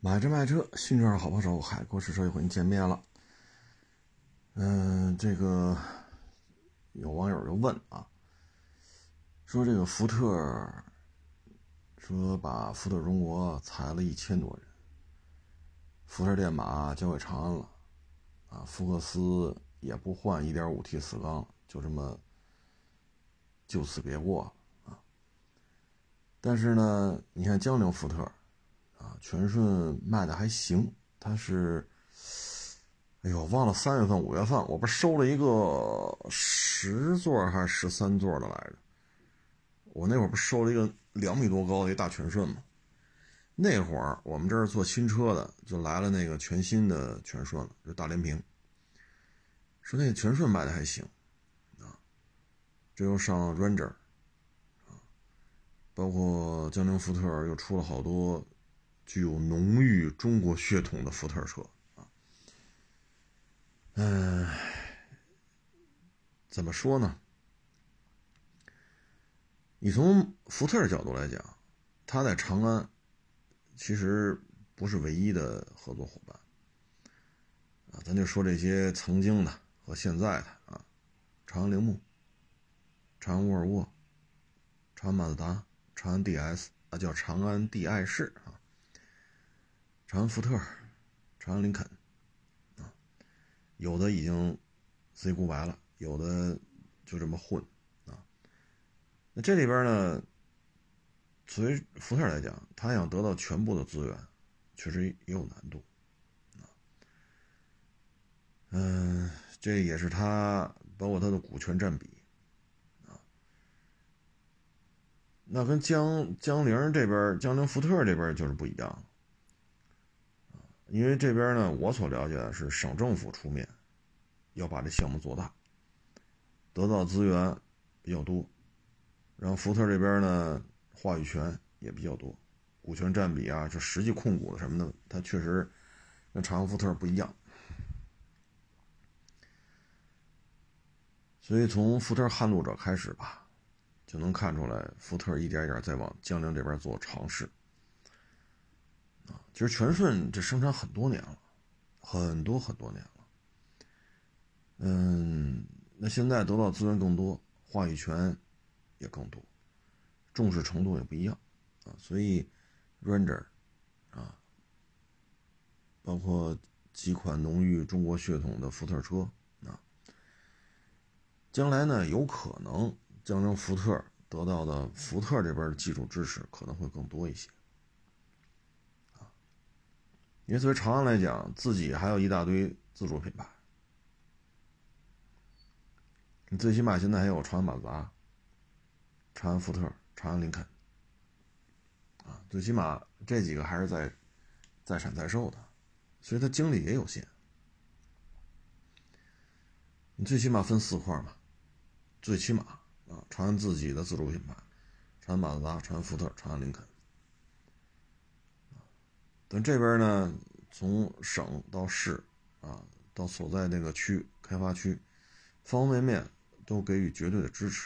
买车卖车，新车好帮手，海阔试车又和您见面了。这个有网友就问啊，说这个福特说把福特中国裁了1000多人，福特电马交给长安了，啊，福克斯也不换 1.5T 四缸，就这么就此别过了啊。但是呢，你看江铃福特啊，全顺卖的还行，它是。哎呦，忘了3月份、5月份，我不是收了一个10座还是13座的来着？我那会儿不是收了一个2米多高的一大全顺吗？那会儿我们这儿做新车的就来了那个全新的全顺了，就大连屏。说那个全顺卖的还行啊，这又上 Ranger 啊，包括江铃福特又出了好多具有浓郁中国血统的福特车。怎么说呢？你从福特的角度来讲，他在长安其实不是唯一的合作伙伴啊，咱就说这些曾经的和现在的啊，长安铃木、长安沃尔沃、长安马自达、长安 DS 啊，叫长安地爱仕啊，长安福特、长安林肯啊，有的已经 say goodbye 了，有的就这么混啊。那这里边呢，作为福特来讲，他想得到全部的资源，确实也有难度。这也是他包括他的股权占比啊。那跟江铃这边，江铃福特这边就是不一样了，因为这边呢，我所了解的是省政府出面，要把这项目做大，得到资源比较多，然后福特这边呢，话语权也比较多，股权占比啊，就实际控股的什么的，它确实跟长安福特不一样。所以从福特撼路者开始吧，就能看出来福特一点一点在往江铃这边做尝试。其实全顺这生产很多年了，很多年了。那现在得到资源更多，话语权也更多，重视程度也不一样啊。所以 Ranger 啊，包括几款浓郁中国血统的福特车啊，将来呢有可能江铃福特得到的福特这边的技术支持可能会更多一些。因为作为长安来讲，自己还有一大堆自主品牌，你最起码现在还有长安马自达、长安福特、长安林肯，啊，最起码这几个还是在产在售的，所以它精力也有限。你最起码分4块嘛，最起码啊，长安自己的自主品牌，长安马自达、长安福特、长安林肯。但这边呢，从省到市啊，到所在那个区开发区，方方面面都给予绝对的支持。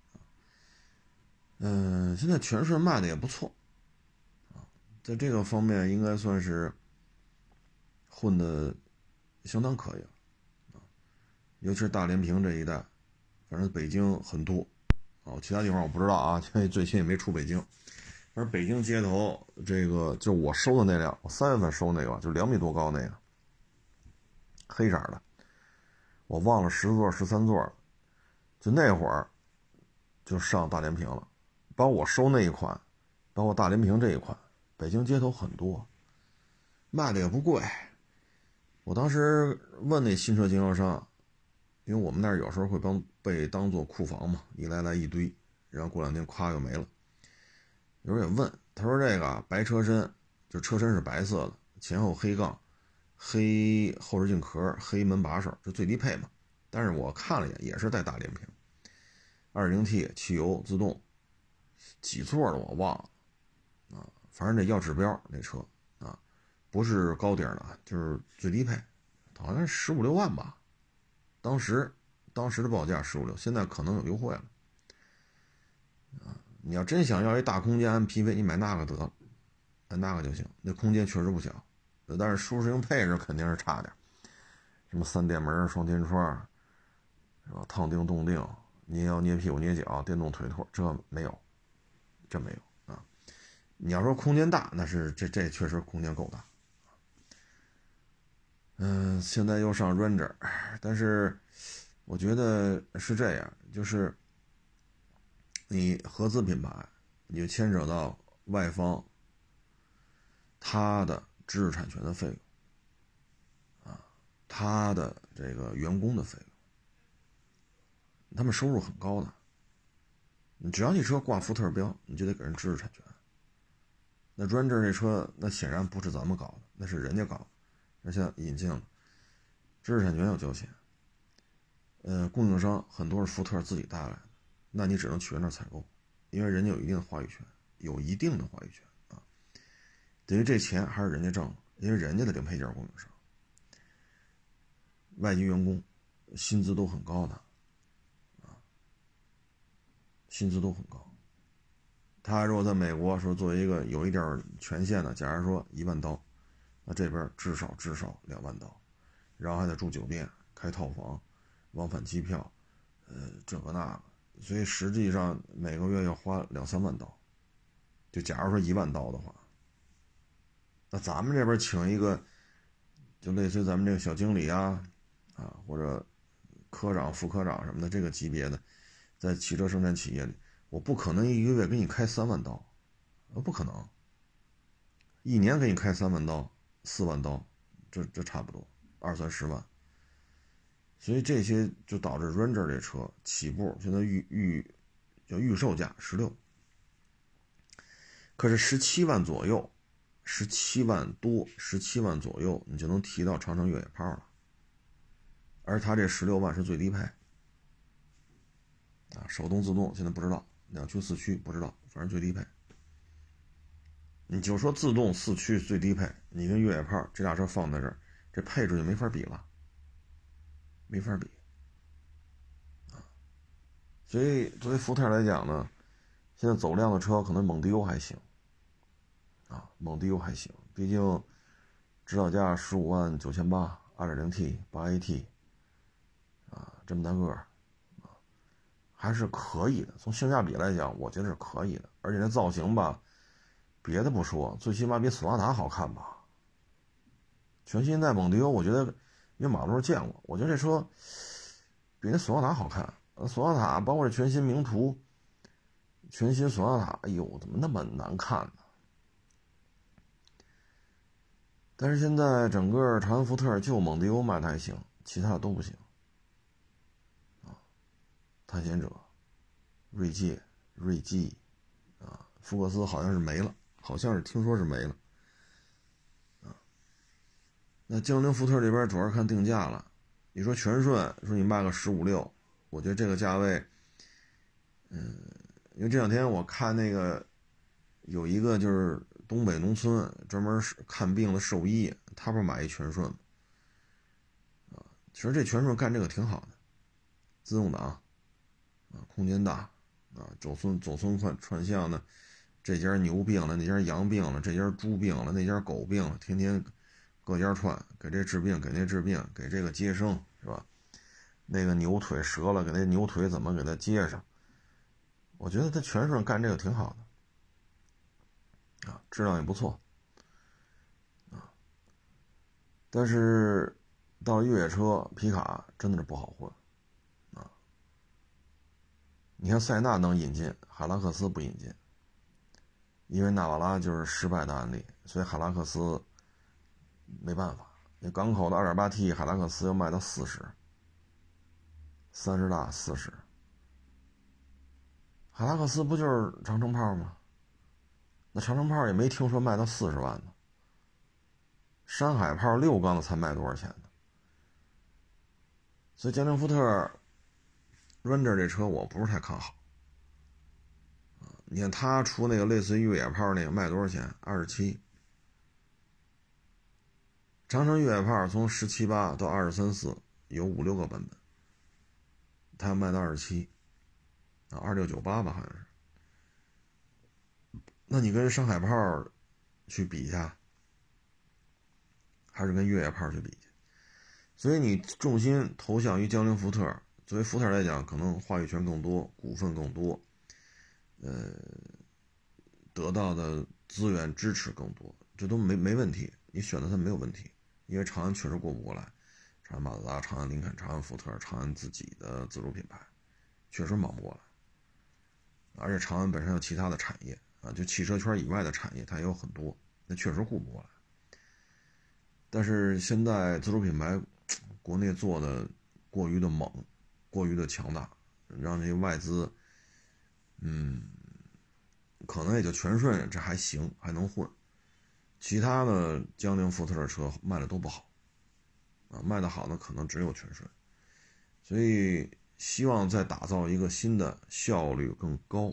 现在全顺卖的也不错啊，在这个方面应该算是混的相当可以了啊，尤其是大连屏这一带，反正北京很多啊，其他地方我不知道啊，现在最近也没出北京。而北京街头这个就我收的那辆，我3月份收那个就2米多高那个，黑色的，我忘了10座13座了，就那会儿就上大连屏了。包括我收那一款，包括大连屏这一款，北京街头很多，卖的也不贵。我当时问那新车经销商，因为我们那儿有时候会被当做库房嘛，一来一堆，然后过2天咵又没了。有人也问，他说这个白车身，就车身是白色的，前后黑杠，黑后视镜壳，黑门把手，这最低配嘛。但是我看了一眼，也是带大连屏，2.0T 汽油自动，几座的我忘了啊，反正得要指标那车啊，不是高顶的，就是最低配，好像是15、16万吧。当时的报价15、16，现在可能有优惠了啊。你要真想要一大空间 MPV，你买那个得了那个就行，那空间确实不小，但是舒适性配置肯定是差点，什么3电门、双天窗，是吧？烫腚、动腚、捏腰、捏屁股、捏脚、电动腿托，这没有，这没有啊。你要说空间大，那是这确实空间够大。现在又上 Ranger， 但是我觉得是这样，就是你合资品牌，你就牵扯到外方他的知识产权的费用啊，他的这个员工的费用，他们收入很高的。你只要你车挂福特标，你就得给人知识产权。那 Ranger 这车，那显然不是咱们搞的，那是人家搞的，而且引进了，知识产权要交钱。供应商很多是福特自己带来的，那你只能去人那采购，因为人家有一定的话语权，有一定的话语权啊。等于这钱还是人家挣的，因为人家的零配件供应商，外籍员工薪资都很高的啊，薪资都很高。他如果在美国说作为一个有一点权限的，假如说1万刀，那这边至少2万刀，然后还得住酒店、开套房、往返机票，这个那个，所以实际上每个月要花2-3万刀。就假如说1万刀的话，那咱们这边请一个，就类似于咱们这个小经理啊，或者科长、副科长什么的这个级别的，在汽车生产企业里，我不可能一个月给你开3万刀，不可能，一年给你开3万刀、4万刀，这差不多20-30万。所以这些就导致 Ranger 这车起步现在预售价16，可是17万左右，17万多，17万左右你就能提到长城越野炮了，而它这16万是最低配啊，手动自动现在不知道，2驱4驱不知道，反正最低配。你就说自动4驱最低配，你跟越野炮这俩车放在这儿，这配置就没法比了，没法比啊。所以作为福特来讲呢，现在走量的车可能蒙迪欧还行啊，蒙迪欧还行，毕竟指导价15.98万2.0T 8AT 啊，这么大个儿啊，还是可以的。从性价比来讲，我觉得是可以的。而且那造型吧，别的不说，最起码比索纳塔好看吧。全新一代蒙迪欧，我觉得因为马路上见过，我觉得这车比那索纳塔好看。索纳塔包括这全新名图、全新索纳塔，哎呦，怎么那么难看呢？但是现在整个长安福特就蒙迪欧卖的还行，其他的都不行啊。探险者、锐界、锐际啊，福克斯好像是没了，好像是听说是没了啊。那江铃福特这边主要是看定价了。你说全顺，说你卖个15-16，我觉得这个价位，因为这两天我看那个有一个就是东北农村专门看病的兽医，他不是买一全顺吗？其实这全顺干这个挺好的，自动挡啊，空间大啊，走村串巷的，这家牛病了，那家羊病了，这家猪病了，那家狗病了，天天各家串，给这治病，给那治病，给这个接生，是吧？那个牛腿折了，给那牛腿怎么给它接上？我觉得他全顺干这个挺好的啊，质量也不错啊。但是到了越野车皮卡真的是不好混啊。你看塞纳能引进，海拉克斯不引进，因为纳瓦拉就是失败的案例，所以海拉克斯没办法。那港口的 2.8T 海拉克斯要卖到40，30大40。海拉克斯不就是长城炮吗？那长城炮也没听说卖到40万呢。山海炮6缸的才卖多少钱呢？所以江铃福特 Ranger 这车我不是太看好。你看他出那个类似于越野炮那个卖多少钱？27。长城越野炮从17.8到23.4有5-6个版本，他卖到27啊，2698吧好像是。那你跟山海炮去比去，还是跟越野炮去比去？所以你重心投向于江铃福特，作为福特来讲，可能话语权更多，股份更多，得到的资源支持更多，这都没问题，你选择它没有问题，因为长安确实过不过来，长安马自达、长安林肯、长安福特、长安自己的自主品牌，确实忙不过来，而且长安本身有其他的产业啊，就汽车圈以外的产业它也有很多，那确实顾不过来。但是现在自主品牌国内做的过于的猛，过于的强大，让这些外资，可能也就全顺，这还行，还能混。其他的江铃福特的车卖的都不好，啊，卖的好的可能只有全顺。所以希望再打造一个新的效率更高，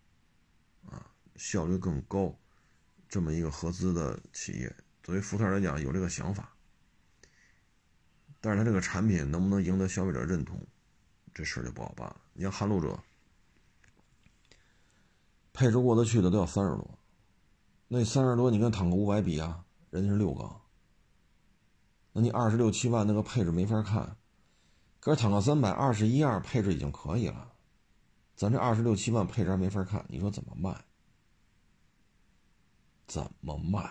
效率更高这么一个合资的企业。作为福特来讲，有这个想法，但是它这个产品能不能赢得消费者认同，这事就不好办了。你像撼路者，配置过得去的都要30多，那30多你跟坦克500比啊，人家是6缸，那你26、7万那个配置没法看。可是坦克300 21.2配置已经可以了，咱这26、7万配置还没法看，你说怎么卖？怎么卖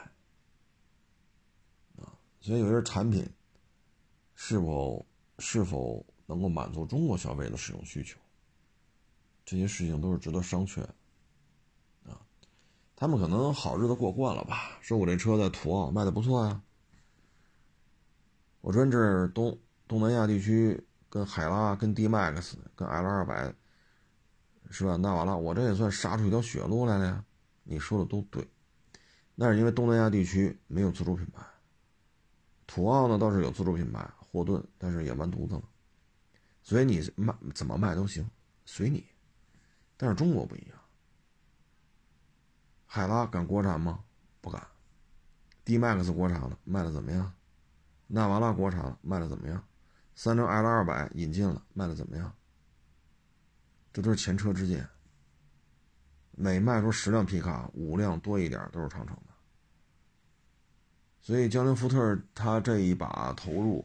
啊？所以有些产品是否能够满足中国消费者的使用需求，这些事情都是值得商榷啊。他们可能好日子过惯了吧，说我这车在土澳卖的不错呀，我说这东南亚地区跟海拉、跟 D-Max、跟 L200是吧？那完了，我这也算杀出一条血路来了呀。你说的都对，那是因为东南亚地区没有自主品牌，土澳呢倒是有自主品牌霍顿，但是也完犊子了。所以你怎么卖都行，随你。但是中国不一样，海拉敢国产吗？不敢。D-Max 国产了，卖的怎么样？纳瓦拉国产了，卖的怎么样？三菱 L200引进了，卖的怎么样？这都是前车之鉴。每卖出10辆皮卡，5辆多一点都是长城的。所以江铃福特他这一把投入，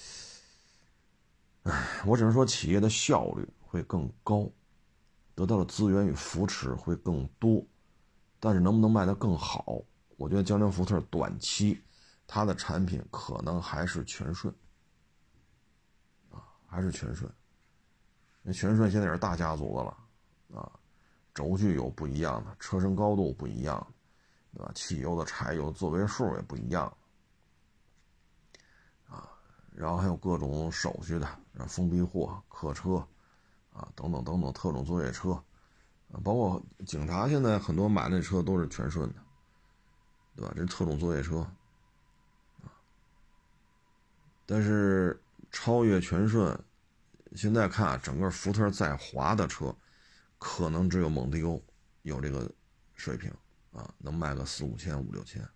我只能说企业的效率会更高，得到的资源与扶持会更多，但是能不能卖得更好，我觉得江铃福特短期它的产品可能还是全顺还是全顺。那全顺现在也是大家族的了轴距有不一样的，车身高度不一样，对吧？汽油的、柴油的座位数也不一样然后还有各种手续的，封闭货、客车等等等等，特种作业车包括警察现在很多买的车都是全顺的，对吧？这是特种作业车但是超越全顺，现在看整个福特在华的车，可能只有蒙迪欧有这个水平能卖个4、5千、5、6千，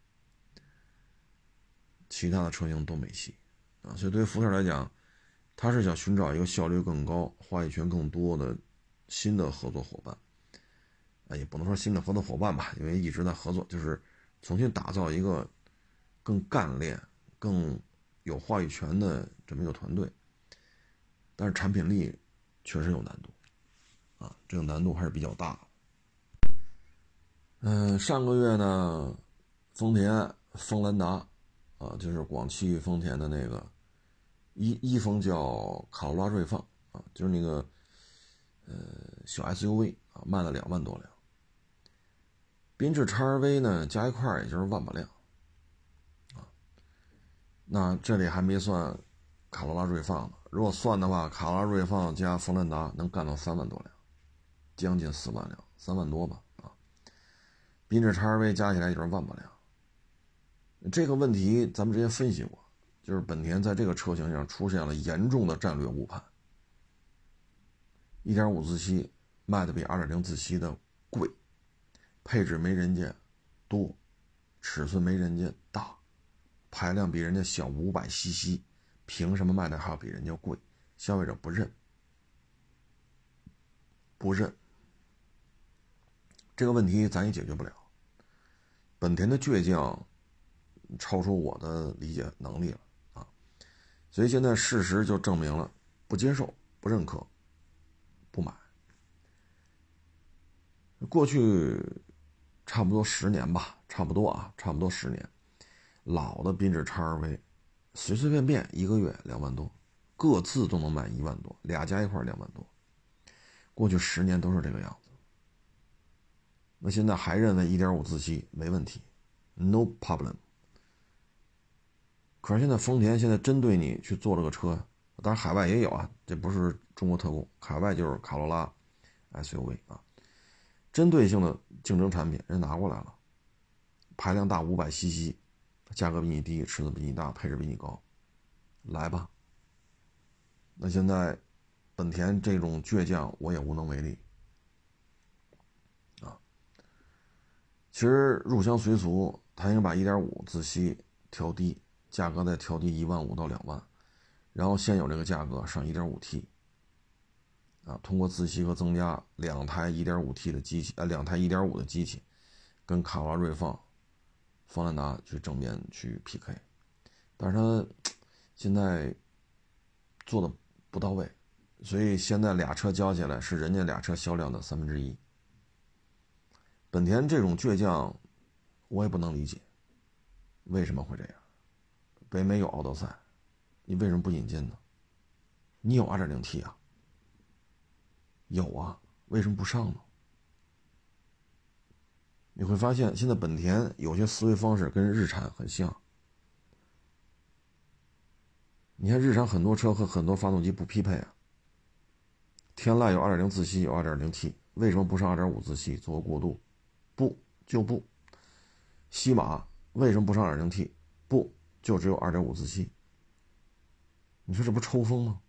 其他的车型都没戏所以对于福特来讲，他是想寻找一个效率更高、话语权更多的新的合作伙伴也不能说新的合作伙伴吧，因为一直在合作，就是重新打造一个更干练、更有话语权的这么一个团队，但是产品力确实有难度这个难度还是比较大的。上个月呢，丰田锋兰达就是广汽丰田的那个一丰叫卡罗拉锐放就是那个小 SUV 卖了2万多辆。缤智 XRV 呢加一块也就是1万把辆那这里还没算卡罗拉锐放呢，如果算的话，卡罗拉锐放加锋兰达能干到3万多辆，将近4万辆，3万多吧缤智 XRV 加起来就是1万把辆。这个问题咱们之前分析过，就是本田在这个车型上出现了严重的战略误判。1.5自吸卖的比 2.0 自吸的贵，配置没人家多，尺寸没人家大，排量比人家小500cc，凭什么卖的还要比人家贵？消费者不认，这个问题咱也解决不了。 本田的倔强超出我的理解能力了啊，所以现在事实就证明了，不接受、不认可、不买。过去差不多10年吧，差不多10年，老的缤智 XRV 随随便便一个月2万多，各自都能卖1万多，俩加一块2万多。过去10年都是这个样子。那现在还认为 1.5 自吸没问题 ，no problem。可是现在丰田现在针对你去做这个车，当然海外也有啊，这不是中国特供，海外就是卡罗拉 SUV 啊，针对性的竞争产品人拿过来了，排量大500cc，价格比你低，尺寸比你大，配置比你高，来吧。那现在本田这种倔强我也无能为力啊。其实入乡随俗，他应该把 1.5 自吸调低，价格再调低1万5到2万，然后现有这个价格上 1.5T 啊，通过自吸和增加2台 1.5T 的机器，2台 1.5 的机器跟卡罗拉锐放、锋兰达去正面去 PK， 但是他现在做的不到位，所以现在俩车交起来是人家俩车销量的1/3。本田这种倔强我也不能理解，为什么会这样？北美有奥德赛，你为什么不引进呢？你有 2.0T 啊？有啊，为什么不上呢？你会发现现在本田有些思维方式跟日产很像。你看日产很多车和很多发动机不匹配啊。天籁有 2.0 自吸，有 2.0T， 为什么不上 2.5 自吸做个过渡？不，就不。西马为什么不上 2.0T？ 不，就只有 2.5 自吸。你说这不抽风吗？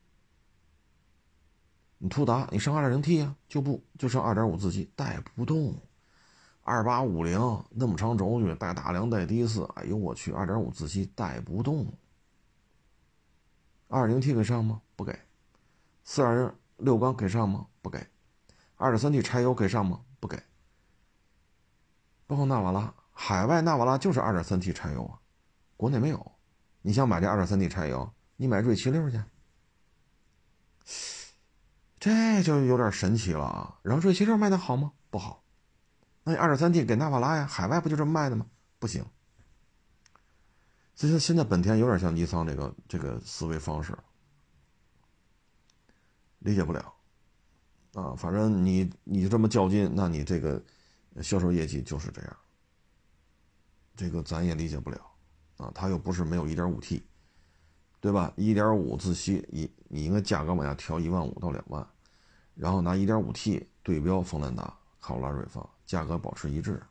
你途达你上 2.0T 啊，就上 2.5 自吸，带不动。2850那么长轴距，带大梁带低四，哎呦我去，2.5 自吸带不动。2.0T 给上吗？不给。420六缸给上吗？不给。2.3T 柴油给上吗？不给。包括纳瓦拉，海外纳瓦拉就是 2.3T 柴油啊，国内没有。你想买这 2.3T 柴油，你买锐76去，这就有点神奇了啊。然后锐76卖的好吗？不好。那你 2.3T 给纳瓦拉呀，海外不就这么卖的吗？不行。所以说现在本田有点像尼桑这个思维方式，理解不了啊。反正你就这么较劲，那你这个销售业绩就是这样，这个咱也理解不了啊。他又不是没有 1.5T， 对吧？ 1.5 自吸你应该价格往下调1万5到2万，然后拿 1.5T 对标锋兰达、卡罗拉锐放，价格保持一致。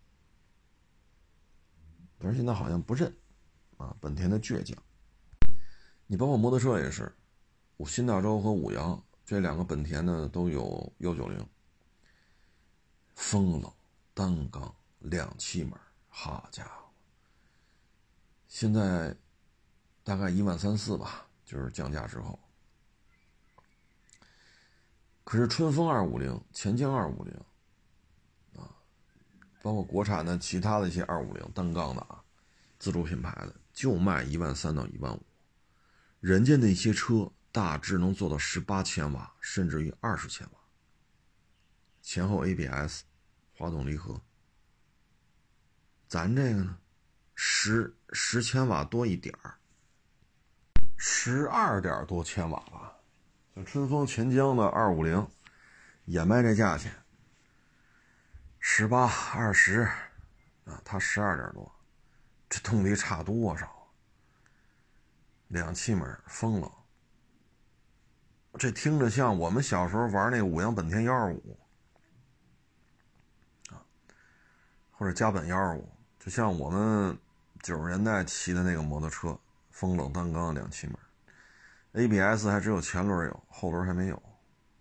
但是现在好像不认啊，本田的倔强。你包括摩托车也是，新大洲和五羊这两个本田呢都有190，风冷单缸2气门，好家伙，现在大概1万3、4吧，就是降价之后。可是春风250、钱江250啊，包括国产的其他的一些250单缸的啊，自主品牌的就卖1万3到1万5，人家那些车大致能做到18千瓦，甚至于20千瓦，前后 ABS， 滑动离合。咱这个呢，10千瓦多一点儿，12点多千瓦吧。像春风钱江的250也卖这价钱，18、20啊，它12点多，这动力差多少？2气门，风冷，这听着像我们小时候玩那五羊本田125啊，或者加本125，就像我们90年代骑的那个摩托车，风冷单缸2气门。ABS 还只有前轮有，后轮还没有。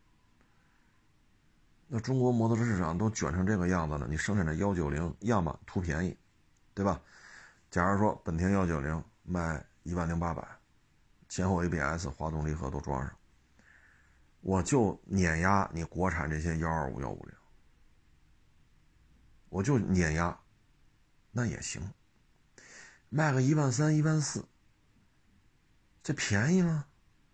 那中国摩托车市场都卷成这个样子了，你生产的190，要么图便宜，对吧？假如说本田190卖10800，前后 ABS、滑动离合都装上，我就碾压你国产这些125、150，我就碾压那也行，卖个13000、14000，这便宜吗？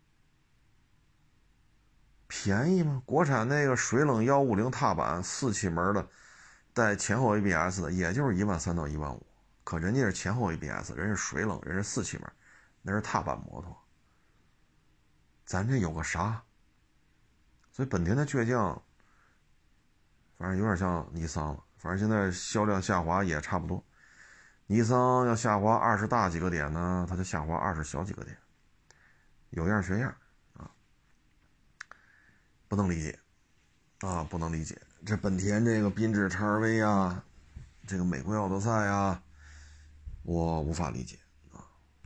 便宜吗？国产那个水冷150踏板4气门的，带前后 ABS 的，也就是13000到15000，可人家是前后 ABS， 人是水冷，人是4气门，那是踏板摩托，咱这有个啥？所以本田的倔强，反正有点像尼桑了。反正现在销量下滑也差不多，尼桑要下滑20大几个点呢，它就下滑20小几个点，有样学样啊，不能理解啊，不能理解。这本田这个缤智 XRV 啊，这个美国奥德赛啊，我无法理解